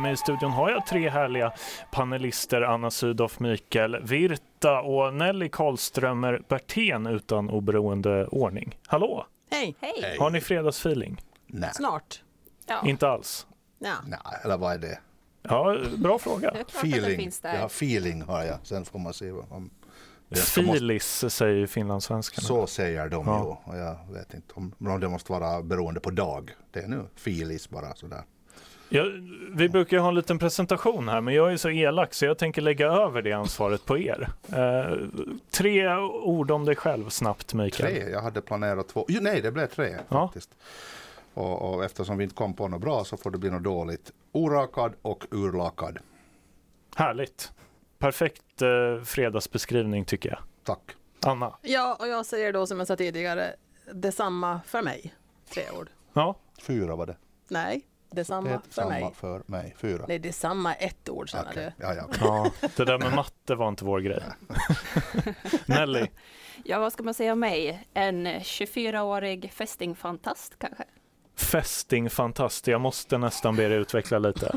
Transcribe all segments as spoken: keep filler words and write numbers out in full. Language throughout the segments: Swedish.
mig i studion har jag tre härliga panelister, Anna Sydow, Mikael Virta och Nelly Karlströmer Bertén utan oberoende ordning. Hallå! Hej! Hej. Har ni fredagsfeeling? Nej. Snart. Ja. Inte alls? Ja. Nej, eller vad är det? Ja, bra fråga. Feeling. Ja, feeling har jag. Sen får man se om... Filis måste... säger finlandssvenskarna. Så säger de ja. ju. Och jag vet inte om, om det måste vara beroende på dag. Det är nu filis bara sådär. Ja, vi brukar ju ha en liten presentation här, men jag är så elak så jag tänker lägga över det ansvaret på er. Eh, tre ord om dig själv snabbt, Mikael. Tre? Jag hade planerat två. Jo, nej, det blev tre ja. faktiskt. Och, och eftersom vi inte kom på något bra så får det bli något dåligt. Orakad och urlakad. Härligt. Perfekt eh, fredagsbeskrivning tycker jag. Tack. Anna? Ja, och jag säger då som jag sa tidigare, detsamma för mig. Tre ord. Ja. Fyra var det. Nej, detsamma det för samma mig. för mig. Fyra. Nej, det är samma ett ord, känner okay. du. Ja, ja. ja, det där med matte var inte vår grej. Nelly? Ja, vad ska man säga om mig? En tjugofyraårig fästingfantast kanske? Fästingfantast, jag måste nästan be dig utveckla lite.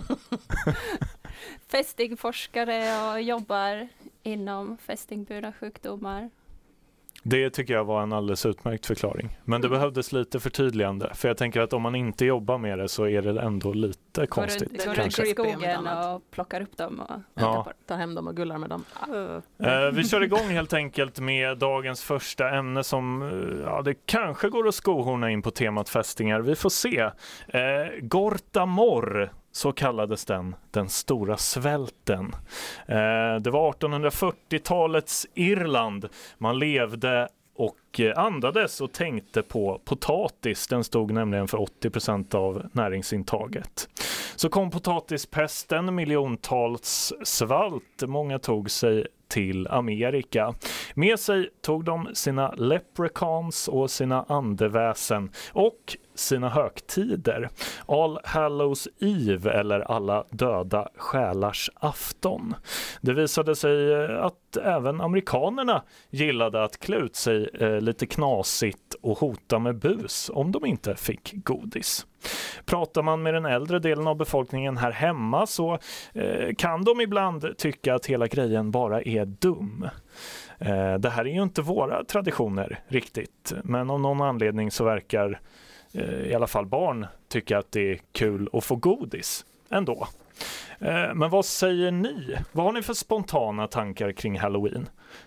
Fästingforskare och jobbar inom fästingburna sjukdomar. Det tycker jag var en alldeles utmärkt förklaring. Men det mm. behövdes lite förtydligande. För jag tänker att om man inte jobbar med det så är det ändå lite konstigt. Går runt i skogen och plockar upp dem och ja. tar hem dem och gullar med dem. Uh, vi kör igång helt enkelt med dagens första ämne som ja, det kanske går att skohorna in på temat fästingar. Vi får se. Uh, Gortamor. Så kallades den, den stora svälten. Eh, det var artonhundrafyrtiotalets Irland. Man levde och andades och tänkte på potatis. Den stod nämligen för åttio procent av näringsintaget. Så kom potatispesten, miljontals svalt. Många tog sig till Amerika. Med sig tog de sina leprechauns och sina andeväsen och sina högtider. All Hallows Eve eller alla döda själars afton. Det visade sig att även amerikanerna gillade att klä ut sig eh, lite knasigt och hota med bus om de inte fick godis. Pratar man med den äldre delen av befolkningen här hemma så eh, kan de ibland tycka att hela grejen bara är dum. Eh, det här är ju inte våra traditioner riktigt, men av någon anledning så verkar eh, i alla fall barn tycka att det är kul att få godis ändå. Eh, men vad säger ni? Vad har ni för spontana tankar kring Halloween?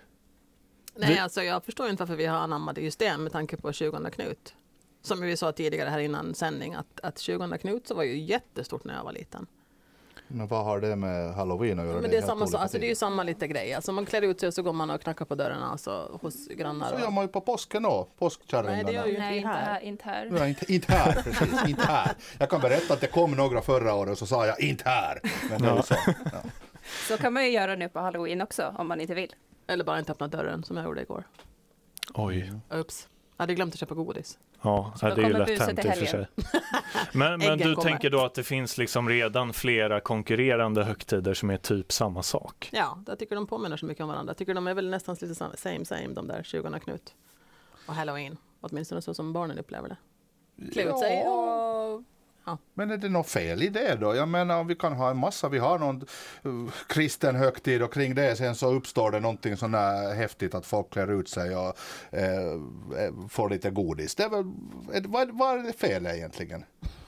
Nej, vi... alltså jag förstår inte varför vi har anammat just det med tanke på tjugonde Knut. Som vi sa tidigare här innan sändning, att, att tjugonde Knut så var ju jättestort när jag var liten. Men vad har det med Halloween att göra? Ja, men det, är samma så, alltså det är ju samma lite grej. Alltså man klär ut sig och så går man och knackar på dörrarna alltså, hos grannar. Så gör man ju på påsken då, påskkärringarna. Nej, det gör ju Nej, inte här. Inte här. Ja, inte, inte här, precis, inte här. Jag kan berätta att det kom några förra året och så sa jag inte här. Men det är så. Ja. Så kan man ju göra nu på Halloween också, om man inte vill. Eller bara inte öppna dörren som jag gjorde igår. Oj. Ups. Jag hade glömt att köpa godis. Ja, det är ju lätt hänt i och för sig. Men, men du kommer. tänker då att det finns liksom redan flera konkurrerande högtider som är typ samma sak? Ja, jag tycker de påminner så mycket om varandra. Jag tycker de är väl nästan lite same same, de där tjugonde Knut och Halloween. Åtminstone så som barnen upplever det. Klä ut sig och... Ja. Men är det något fel i det då? Jag menar, vi kan ha en massa, vi har någon uh, kristen högtid och kring det sen så uppstår det någonting sån där häftigt att folk klär ut sig och uh, får lite godis. Det är väl, är, vad, vad är det fel egentligen?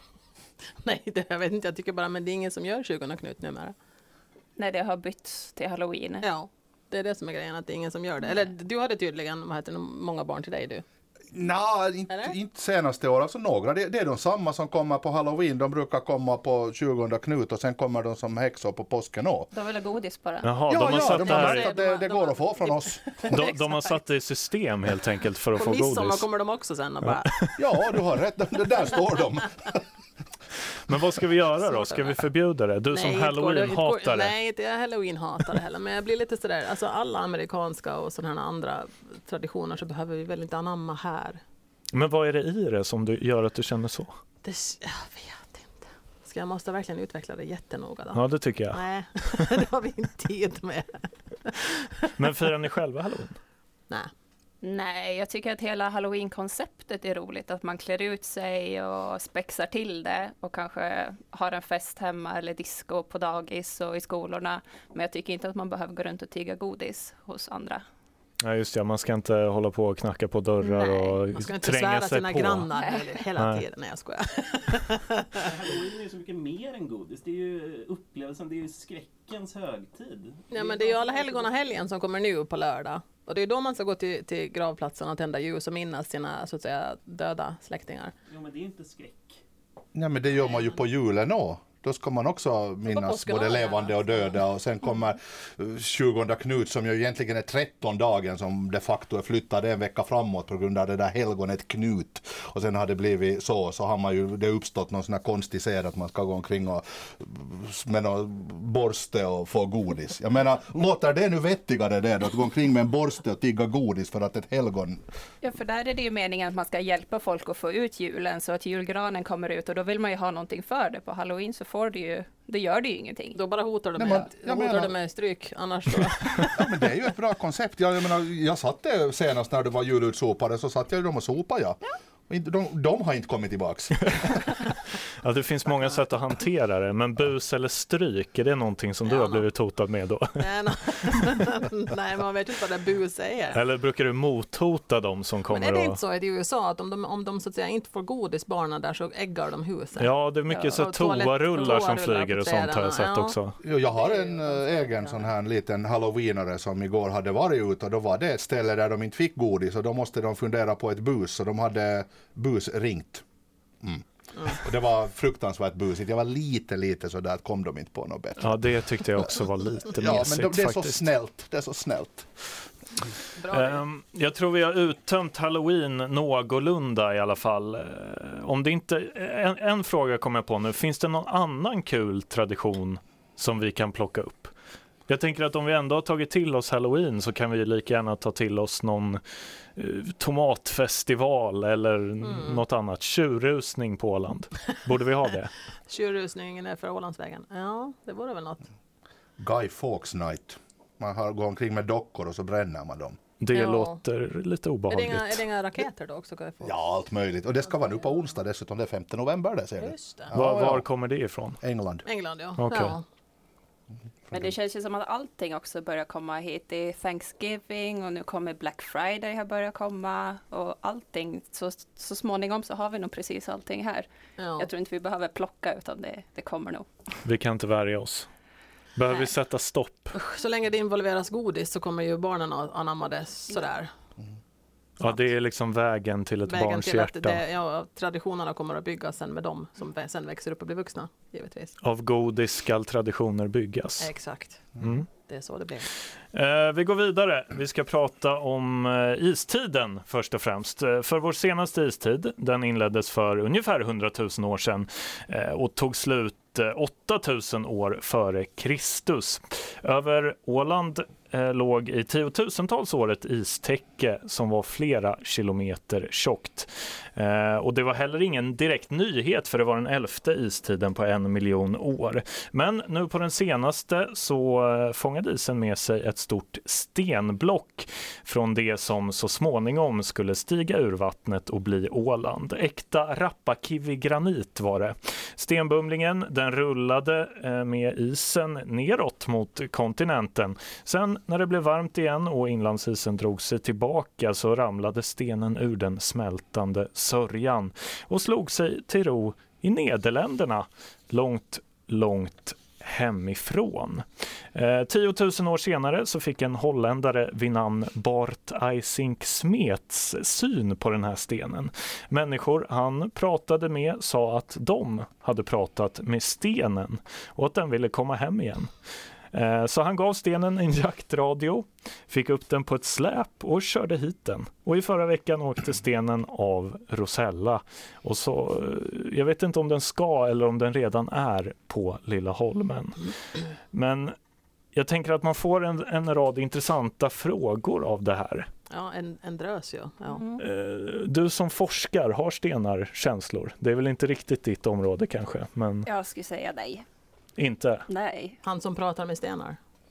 Nej, det, jag vet inte, jag tycker bara, men det är ingen som gör tjugonde Knut numera. Nej, det har bytts till Halloween. Ja, det är det som är grejen, att det är ingen som gör det. Eller du hade tydligen, vad heter det, många barn till dig du? Nej, inte, inte senaste år. Alltså några, det, det är de samma som kommer på Halloween. De brukar komma på tjugonde Knut och sen kommer de som häxor på påsken också. De vill ha godis bara. Jaha, ja, de har ja, satt de där... har sagt det, det går att få från oss. De, de har satt det i system helt enkelt för att på få godis. På midsommar kommer de också sen och bara... Ja, du har rätt. Det där står de. Men vad ska vi göra då? Ska vi förbjuda det? Du nej, som Halloween-hatare. Nej, inte jag Halloween-hatare heller. Men jag blir lite sådär, alltså alla amerikanska och sådana här andra traditioner så behöver vi väl inte anamma här. Men vad är det i det som du gör att du känner så? Det, jag vet inte. Ska jag måste verkligen utveckla det jättenoga då? Ja, det tycker jag. Nej, det har vi inte tid med. Men firar ni själva Halloween? Nej. Nej, jag tycker att hela Halloween-konceptet är roligt. Att man klär ut sig och spexar till det och kanske har en fest hemma eller disco på dagis och i skolorna. Men jag tycker inte att man behöver gå runt och tigga godis hos andra. Ja, just det. Man ska inte hålla på och knacka på dörrar Nej, och Man ska inte tränga svära sig sina på. grannar hela Nej. tiden. Nej, jag skojar. Halloween är ju så mycket mer än godis. Det är ju upplevelsen, det är ju skräckens högtid. Ja, men det är ju alla helgona helgen som kommer nu på lördag. Och det är då man ska gå till, till gravplatsen och tända ljus och minnas sina så att säga döda släktingar. Jo, men det är inte skräck. Ja, men det gör man ju på julen också. Då ska man också minnas påsken både också, levande och döda. Och sen kommer tjugonde Knut som ju egentligen är tretton dagen som de facto är flyttade en vecka framåt på grund av det där helgonet Knut. Och sen har det blivit så, så har man ju, det uppstått någon sån här konstig sed att man ska gå omkring och med någon borste och få godis. Jag menar, låter det nu vettigare det då, att gå omkring med en borste och tigga godis för att ett helgon... Ja, för där är det ju meningen att man ska hjälpa folk att få ut julen så att julgranen kommer ut och då vill man ju ha någonting för det. På Halloween så får det ju, det gör det ju ingenting. Då bara hotar du Nej, med, men, jag hotar menar- du med stryk, annars då. Ja, men det är ju ett bra koncept. Jag, jag, menar, jag satt det senast när det var julutsopare, så satt jag dem och sopade. Ja. Och inte- De, de har inte kommit tillbaks. Ja, det finns många sätt att hantera det, men bus eller stryk, är det någonting som du Ja. har blivit hotad med då? Nej, no. Nej, man vet ju inte vad det bus är. Eller brukar du mothota dem som Men kommer är det och... inte så i U S A att om de, om de så att säga inte får godis barnen där så äggar de huset? Ja, det är mycket Ja, så och toalett- toarullar som toarullar flyger på och sånt har jag sett träden, ja. också. Jo, jag har en äh, egen sån här liten halloweenare som igår hade varit ute, och då var det ett ställe där de inte fick godis och då måste de fundera på ett bus, så de hade bus ringt. Mm. Mm. Och det var fruktansvärt busigt. Jag var lite, lite så där att kom de inte på något bättre. Ja, det tyckte jag också var lite Ja, mesigt men de, det är så faktiskt. snällt. Det är så snällt. Bra. Ehm, jag tror vi har uttömt Halloween någorlunda i alla fall. Eh, Om det inte, en, en fråga kommer jag på nu. Finns det någon annan kul tradition som vi kan plocka upp? Jag tänker att om vi ändå har tagit till oss Halloween så kan vi lika gärna ta till oss någon eh, tomatfestival eller mm. något annat. Tjurrusning på Åland. Borde vi ha det? Tjurrusningen är för Ålandsvägen. Ja, det vore väl något. Guy Fawkes Night. Man har går omkring med dockor och så bränner man dem. Det Ja. låter lite Är det, obehagligt. inga, är det inga raketer då också? Kan jag få? Ja, allt möjligt. Och det ska vara nu på onsdag dessutom, det är femte november det ser du. Just det. Ja, Var, var ja. kommer det ifrån? England. England, ja. Okej. ja. Men det känns ju som att allting också börjar komma hit. Det är Thanksgiving och nu kommer Black Friday har börjat komma och allting. Så, så småningom så har vi nog precis allting här. Ja. Jag tror inte vi behöver plocka utan det, det kommer nog. Vi kan inte värja oss. Behöver vi Nej. sätta stopp? Så länge det involveras godis så kommer ju barnen att anamma det sådär. Ja, det är liksom vägen till ett Vägen barns till att hjärta. det, ja, traditionerna kommer att byggas sen med dem som vä- sen växer upp och blir vuxna, givetvis. Av godis skall traditioner byggas. Exakt, Mm. det är så det blir. Eh, vi går vidare. Vi ska prata om eh, istiden först och främst. Eh, för vår senaste istid, den inleddes för ungefär hundratusen år sedan eh, och tog slut eh, åttatusen år före Kristus. Över Åland eh, låg i tiotusentals år ett istäcke som var flera kilometer tjockt. Eh, och det var heller ingen direkt nyhet för det var den elfte istiden på en miljon år. Men nu på den senaste så eh, fångade isen med sig ett stort stenblock från det som så småningom skulle stiga ur vattnet och bli Åland. Äkta Rappakivi-granit var det. Stenbumlingen den rullade eh, med isen neråt mot kontinenten. Sen när det blev varmt igen och inlandsisen drog sig tillbaka så ramlade stenen ur den smältande sörjan och slog sig till ro i Nederländerna långt, långt hemifrån. Eh, tiotusen år senare så fick en holländare vid namn Bart Isink Smets syn på den här stenen. Människor han pratade med sa att de hade pratat med stenen och att den ville komma hem igen. Eh, så han gav stenen en jaktradio, fick upp den på ett släp och körde hit den. Och i förra veckan åkte stenen av Rosella. Och så, jag vet inte om den ska eller om den redan är på Lilla Holmen. Men jag tänker att man får en, en rad intressanta frågor av det här. Ja, en, en drös ju. Ja. Mm. Eh, Du som forskar, har stenar känslor? Det är väl inte riktigt ditt område kanske, men Jag skulle säga nej. inte. Nej. Han som pratar med stenar.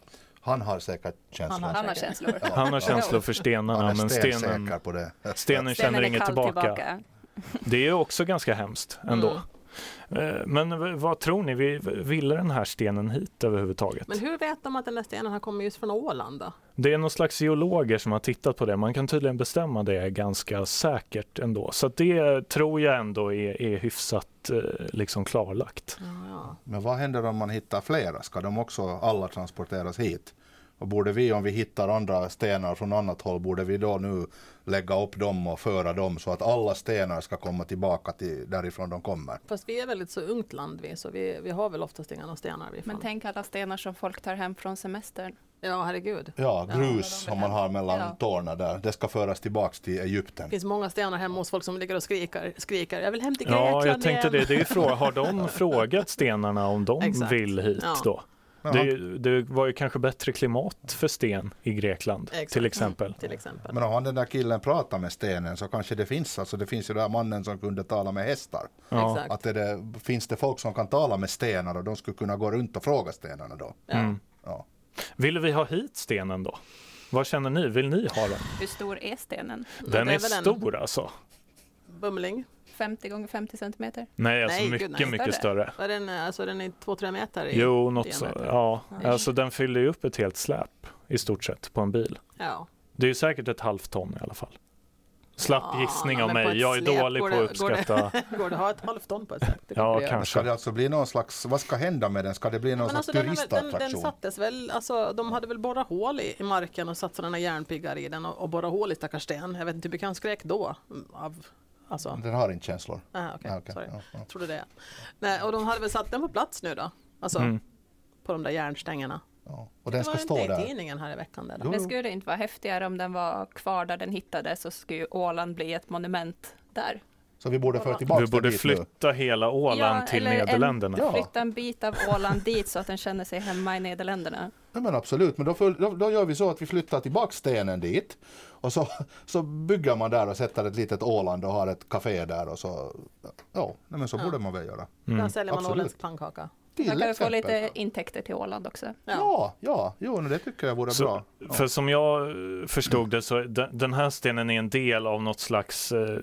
Han har säkert känslor. Han Han har känslor. Han har känslor för stenarna, Han är men stensäker stenen, på det. stenen känner Stenen är inget kall tillbaka. tillbaka. Det är ju också ganska hemskt ändå. Mm. Eh, Men v- vad tror ni? Vi- Ville den här stenen hit överhuvudtaget? Men hur vet de att den där stenen har kommit just från Åland då? Det är någon slags geologer som har tittat på det. Man kan tydligen bestämma det ganska säkert ändå. Så att det tror jag ändå är, är hyfsat eh, liksom klarlagt. Ja, ja. Men vad händer om man hittar flera? Ska de också alla transporteras hit? Och borde vi, om vi hittar andra stenar från annat håll, borde vi då nu lägga upp dem och föra dem så att alla stenar ska komma tillbaka till därifrån de kommer? Fast vi är väldigt så ungt land vi, så vi, vi har väl oftast inga några stenar vi Men fan. tänk alla stenar som folk tar hem från semestern. Ja, herregud. Ja, Ja, grus de som man har mellan Ja. tårna där, det ska föras tillbaks till Det Egypten. finns många stenar hemma hos folk som ligger och skriker. skriker. Jag vill hem till Grekland Ja, jag tänkte igen. det. Det är ju fråga, har de frågat stenarna om de Exakt. vill hit Ja. då? Ja. Det, det var ju kanske bättre klimat för sten i Grekland Exakt. till exempel. Till exempel. Men om han den där killen pratar med stenen så kanske det finns, alltså det finns ju den där mannen som kunde tala med hästar. Ja. Exakt. Att det, det, finns det folk som kan tala med stenar och de skulle kunna gå runt och fråga stenarna då? Ja. Mm. Ja. Vill vi ha hit stenen då? Vad känner ni? Vill ni ha den? Hur stor är stenen? Den det är är väl en- stor alltså. Bumling. femtio gånger femtio centimeter? Nej, alltså Nej, gud, mycket, nej. mycket större. Är den, alltså den är två tre meter i Jo, något så. diameter. Ja, Ja. alltså den fyller ju upp ett helt släp i stort sett på en bil. Ja. Det är ju säkert ett halvt ton i alla fall. Slapp Ja, gissning men av på mig. ett Jag är släp dålig går på att det- går det- uppskatta. Går det att ha ett halvt ton på ett sätt? Det Ja, kan det göra. kanske. Ska det alltså bli någon slags, vad ska hända med den? Ska det bli någon Men slags alltså den, har väl- den, den turistattraktion? sattes väl, alltså de hade väl borrat hål i, i marken och satt sådana järnpiggar i den och, och borrat hål i stackars sten. Jag vet inte hur mycket han skrek då. mm, Av, alltså, Den har inte känslor. ah, okej, Ah, okej. sorry. Ja, ja. Trodde det. Nej, och de hade väl satt den på plats nu då. Alltså Mm. på de där järnstängerna. Ja. Och den Det ska var stå inte i där. tidningen här i veckan. Där, då. Jo. Men skulle det inte vara häftigare om den var kvar där den hittades, så skulle ju Åland bli ett monument där. Så vi borde föra tillbaka Vi borde den dit nu. flytta hela Åland Ja, till eller en- Nederländerna. Ja. Flytta en bit av Åland dit så att den känner sig hemma i Nederländerna. Ja, men absolut, men då, för, då, då gör vi så att vi flyttar tillbaka stenen dit och så, så bygger man där och sätter ett litet Åland och har ett café där och så, ja, nej, men så Ja. borde man väl göra. Mm. Där säljer man absolut. åländsk pannkaka. Till Man kan ju få exempel. lite intäkter till Åland också. Ja. Ja, ja, jo, men det tycker jag vore Så, bra. Ja. För som jag eh, förstod det så den, den här stenen är en del av något slags eh,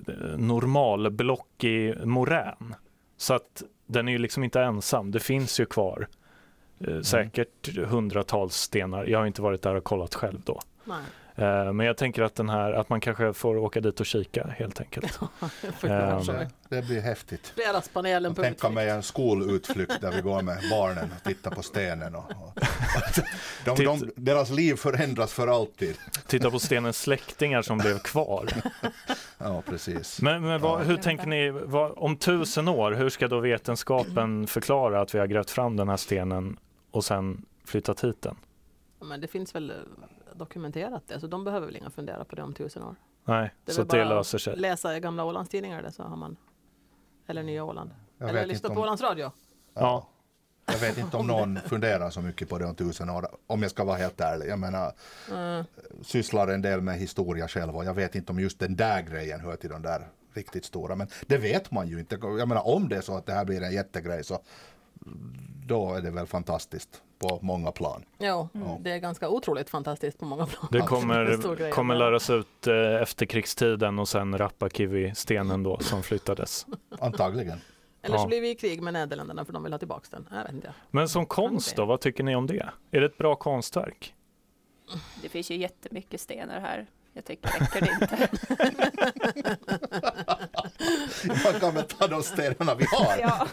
normalblockig morän. Så att den är ju liksom inte ensam. Det finns ju kvar eh, säkert hundratals stenar. Jag har inte varit där och kollat själv då. Nej. Eh, men jag tänker att den här att man kanske får åka dit och kika helt enkelt. Fruktansvärt. Ehm, det, det blir häftigt. Fredagspanelen på Tänka utflykt. mig en skolutflykt där vi går med barnen och tittar på stenen. Och, och, de, de, deras liv förändras för alltid. Titta på stenens släktingar som blev kvar. Ja, precis. Men, men vad, hur tänker ni, vad, om tusen år, hur ska då vetenskapen förklara att vi har grävt fram den här stenen och sen flyttat hit den? Ja, men det finns väl eh, dokumenterat det, så de behöver väl inga fundera på det om tusen år. Nej, Det är så väl att det bara löser sig. Läsa i gamla Ålandstidningar det, så har man, eller Nya Åland. Jag eller vet lyssna inte på om- Ålands Radio. Ja. Jag vet inte om någon funderar så mycket på det om tusen år, om jag ska vara helt ärlig. Jag menar, Mm. sysslar en del med historia själv och jag vet inte om just den där grejen hör till de där riktigt stora. Men det vet man ju inte. Jag menar, om det är så att det här blir en jättegrej så då är det väl fantastiskt på många plan. Jo, Ja. det är ganska otroligt fantastiskt på många plan. Det En stor kommer, grej. kommer läras ut eh, efter krigstiden och sen Rappakivi-stenen då som flyttades. Antagligen. Eller så Ja. blir vi i krig med Nederländerna för de vill ha tillbaka den. Jag vet inte. Men som konst då, vad tycker ni om det? Är det ett bra konstverk? Det finns ju jättemycket stenar här. Jag tycker räcker det inte. Man kan väl ta de stenarna vi har. Ja.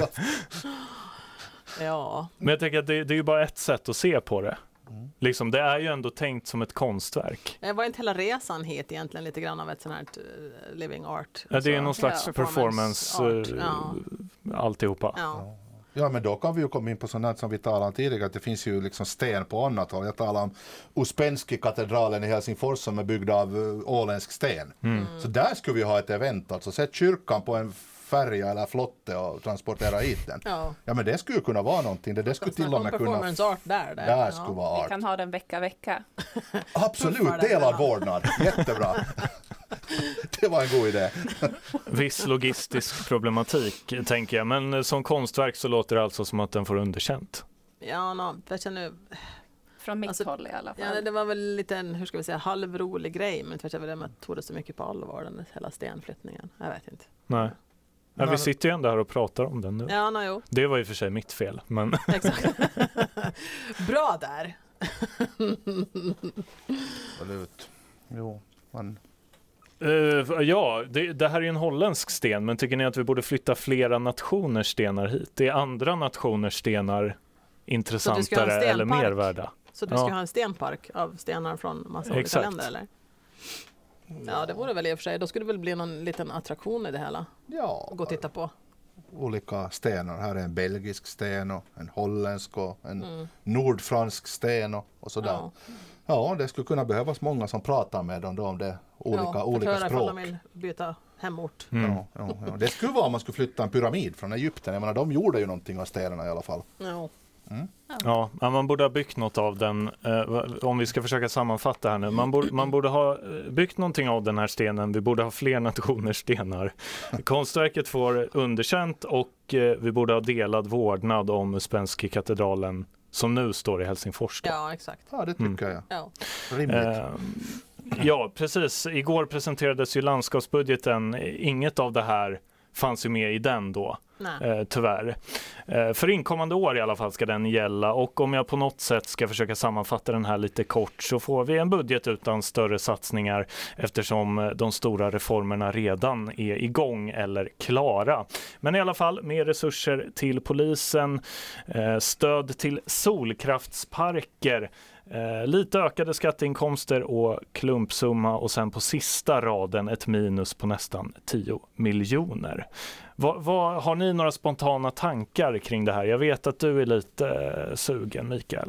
Ja, Men jag tänker att det, det är ju bara ett sätt att se på det. Liksom, det är ju ändå tänkt som ett konstverk. det var inte hela resan hit egentligen lite grann av ett sånt här uh, living art. Ja, det är någon Alltså, slags ja, performance, art. eh, Ja. alltihopa. Ja. Ja, men då kan vi ju komma in på sånt här som vi talade om tidigare, att det finns ju liksom sten på annat håll. Jag talar om Uspenski-katedralen i Helsingfors som är byggd av uh, åländsk sten. Mm. Så där skulle vi ha ett event, alltså sätt kyrkan på en färja eller flotte och transportera hit den. Ja. Ja, men det skulle ju kunna vara någonting. Det, det skulle till och med kunna... Performance art där. där. Där Ja. skulle vara Vi art. kan ha den vecka vecka. Absolut, Puffar den delad mellan. vårdnad. Jättebra. Det var en god idé. Viss logistisk problematik tänker jag, men som konstverk så låter det alltså som att den får underkänt. Ja, no, jag känner, Från mitt Alltså, håll i alla fall. Ja, det var väl lite en, hur ska vi säga, halvrolig grej, men jag vet inte om jag tog det så mycket på allvar, den hela stenflyttningen. Jag vet inte. Nej. Ja, vi sitter ju ändå här och pratar om den nu. Ja, no, jo. Det var ju för sig mitt fel, men... Exakt. Bra där. Absolut. Jo, man... Uh, ja, det, det här är ju en holländsk sten, men tycker ni att vi borde flytta flera nationers stenar hit? Det är andra nationers stenar intressantare eller mer värda? Så du Ja. ska ha en stenpark av stenar från massa olika Exakt. länder, eller? Ja, det vore väl i och för sig. Då skulle det väl bli någon liten attraktion i det hela. Ja, Gå och titta på. olika stenar. Här är en belgisk sten och en holländsk och en Mm. nordfransk sten och, och sådär. Ja. Ja, det skulle kunna behövas många som pratar med dem då om det olika, ja, olika förklara ifall språk. de vill byta hemort. Mm. Ja, ja, ja. Det skulle vara om man skulle flytta en pyramid från Egypten. Jag menar, de gjorde ju någonting av stenarna i alla fall. Ja. Ja, men man borde ha byggt något av den, eh, om vi ska försöka sammanfatta här nu. Man borde, man borde ha eh, byggt någonting av den här stenen. Vi borde ha fler nationers stenar. Konstverket får underkänt och eh, vi borde ha delad vårdnad om Uspensky katedralen som nu står i Helsingfors. Då. Ja, exakt. Ja, det tycker Mm. jag. Ja. Rimligt. Eh, ja, precis. Igår presenterades ju landskapsbudgeten. Inget av det här fanns ju med i den då. Nej. Eh, tyvärr. Eh, för inkommande år i alla fall ska den gälla, och om jag på något sätt ska försöka sammanfatta den här lite kort så får vi en budget utan större satsningar eftersom eh, de stora reformerna redan är igång eller klara. Men i alla fall mer resurser till polisen, eh, stöd till solkraftsparker, Eh, lite ökade skatteinkomster och klumpsumma, och sen på sista raden ett minus på nästan tio miljoner. Vad, vad, har ni några spontana tankar kring det här? Jag vet att du är lite eh, sugen, Mikael.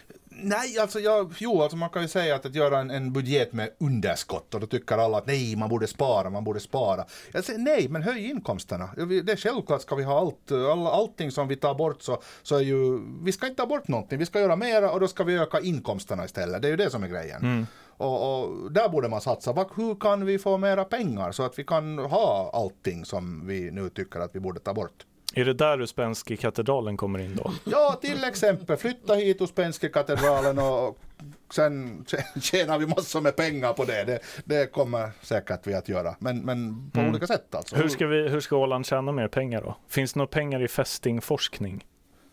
Nej, alltså jag, jo, alltså man kan ju säga att, att göra en, en budget med underskott, och då tycker alla att nej, man borde spara, man borde spara. Jag säger nej, men höj inkomsterna. Det är självklart ska vi ha allt, all, allting som vi tar bort, så, så är ju, vi ska inte ta bort någonting, vi ska göra mera och då ska vi öka inkomsterna istället. Det är ju det som är grejen. Mm. Och, och där borde man satsa. Hur kan vi få mera pengar så att vi kan ha allting som vi nu tycker att vi borde ta bort? Är det där Uspensky katedralen kommer in då? Ja, till exempel flytta hit Uspensky katedralen och sen tjänar vi massor med pengar på det. Det, det kommer säkert vi att göra, men, men på mm. olika sätt alltså. Hur ska, vi, hur ska Åland tjäna mer pengar då? Finns det några pengar i fästingforskning?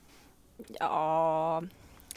Ja,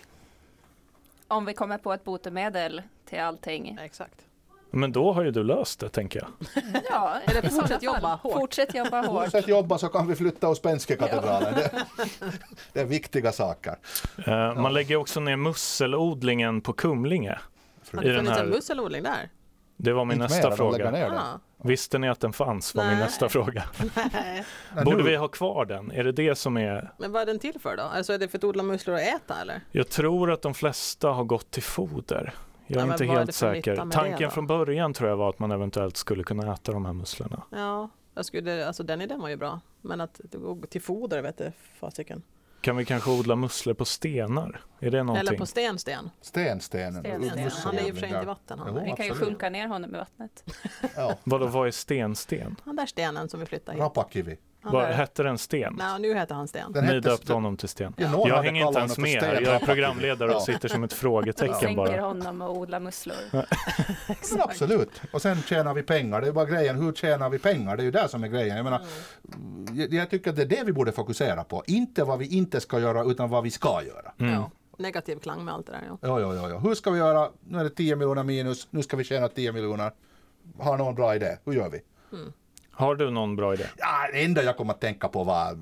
om vi kommer på ett botemedel till allting. Exakt. Men då har ju du löst det, tänker jag. Ja, Eller i sådana fortsätt jobba fall. hårt. Fortsätt jobba hårt. Fortsätt jobba så kan vi flytta Uspensky katedralen. Det, det är viktiga saker. Uh, man lägger också ner musselodlingen på Kumlinge. Har det I den funnits här... en musselodling där? Det var min Inte nästa mer, de lägger fråga. ner den. Ah. Visste ni att den fanns? Var Nej. min nästa fråga. Nej. Borde nu- vi ha kvar den? Är det det som är... Men vad är den till för då? Alltså är det för att odla musslor och äta, eller? Jag tror att de flesta har gått till foder. Jag är Ja, men inte vad är helt det för säker. nytta med Tanken det då? från början tror jag var att man eventuellt skulle kunna äta de här musslorna. Ja, jag skulle, alltså den idén var ju bra. Men att gå till foder, vet du, fasiken. Kan vi kanske odla musslor på stenar? Är det någonting? Eller på stensten. Stenstenen. Stensten. Han är ju för sig inte i vatten. Han, Jo, där. Vi kan ju absolut. sjunka ner honom i vattnet. Ja, Vadå, vad är stensten? han där stenen som vi flyttar hit. Rapakivi. Han Vad där. hette den sten? Nej, nu heter han sten. Den Ni hette- döpte honom till sten. Ja, någon Jag hade hänger inte kallat ens honom med för här. sten. Jag är programledare och Ja. sitter som ett Vi frågetecken sänker bara. honom och odlar musslor. Men absolut. Och sen tjänar vi pengar. Det är bara grejen. Hur tjänar vi pengar? Det är ju det som är grejen. Jag menar, jag, jag tycker att det är det vi borde fokusera på. Inte vad vi inte ska göra, utan vad vi ska göra. Mm. Ja, negativ klang med allt det där. Ja. Ja, ja, ja, ja. Hur ska vi göra? Nu är det tio miljoner minus. Nu ska vi tjäna tio miljoner. Har någon bra idé? Hur gör vi? Har du någon bra idé? Ja, det enda jag kommer att tänka på var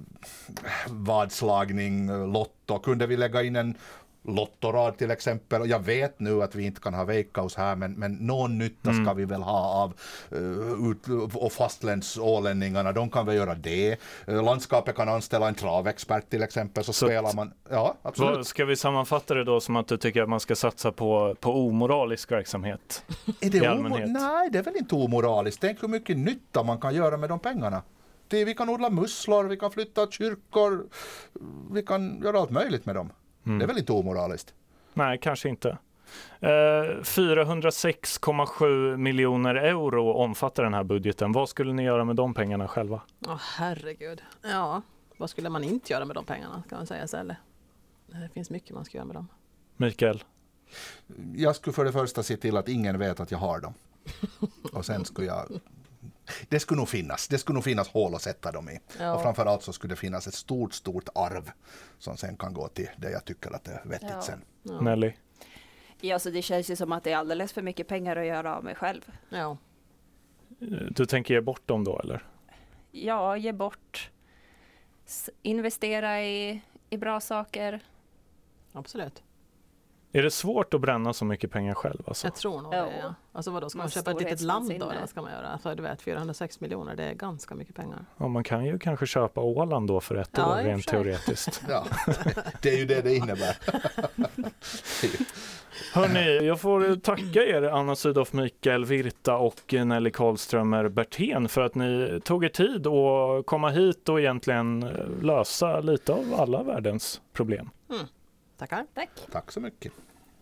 vadslagning, lotto. Kunde vi lägga in en lottorad till exempel? Och jag vet nu att vi inte kan ha Veikkaus här, men, men någon nytta Mm. ska vi väl ha av uh, ut, och fastlänsålänningarna. De kan väl göra det. Uh, landskapet kan anställa en travexpert till exempel, så, Så spelar att- man. Ja, absolut. Vad, ska vi sammanfatta det då som att du tycker att man ska satsa på, på omoralisk verksamhet? Är det i omo- allmänhet? Nej, det är väl inte omoraliskt. Tänk hur mycket nytta man kan göra med de pengarna. Det, vi kan odla musslor, vi kan flytta kyrkor, vi kan göra allt möjligt med dem. Mm. Det är väl inte omoraliskt? Nej, kanske inte. Eh, fyrahundrasex komma sju miljoner euro omfattar den här budgeten. Vad skulle ni göra med de pengarna själva? Åh, herregud. Ja, vad skulle man inte göra med de pengarna, kan man säga så, eller? Det finns mycket man ska göra med dem. Mikael? Jag skulle för det första se till att ingen vet att jag har dem. Och sen skulle jag... Det skulle nog finnas. Det skulle nog finnas hål att sätta dem i. Ja. Och framförallt så skulle det finnas ett stort, stort arv som sen kan gå till det jag tycker att det är vettigt Ja. sen. Ja. Nelly? Ja, så det känns ju som att det är alldeles för mycket pengar att göra av mig själv. Ja. Du tänker ge bort dem då eller? Ja, ge bort. S- investera i, i bra saker. Absolut. Är det svårt att bränna så mycket pengar själv? Alltså? Jag tror nog Ja. det. Ja. Alltså vadå, ska man Man köpa ett litet land då? storhetsvansinne. Eller vad ska man göra? Alltså, du vet, fyrahundrasex miljoner, det är ganska mycket pengar. Ja, man kan ju kanske köpa Åland då för ett Ja, år i och för rent sig. teoretiskt. Ja, det är ju det det innebär. Hörrni, jag får tacka er Anna Sydow, Mikael Virta och Nelly Karlströmer Berthén för att ni tog er tid att komma hit och egentligen lösa lite av alla världens problem. Tackar. Tack. Tack så mycket.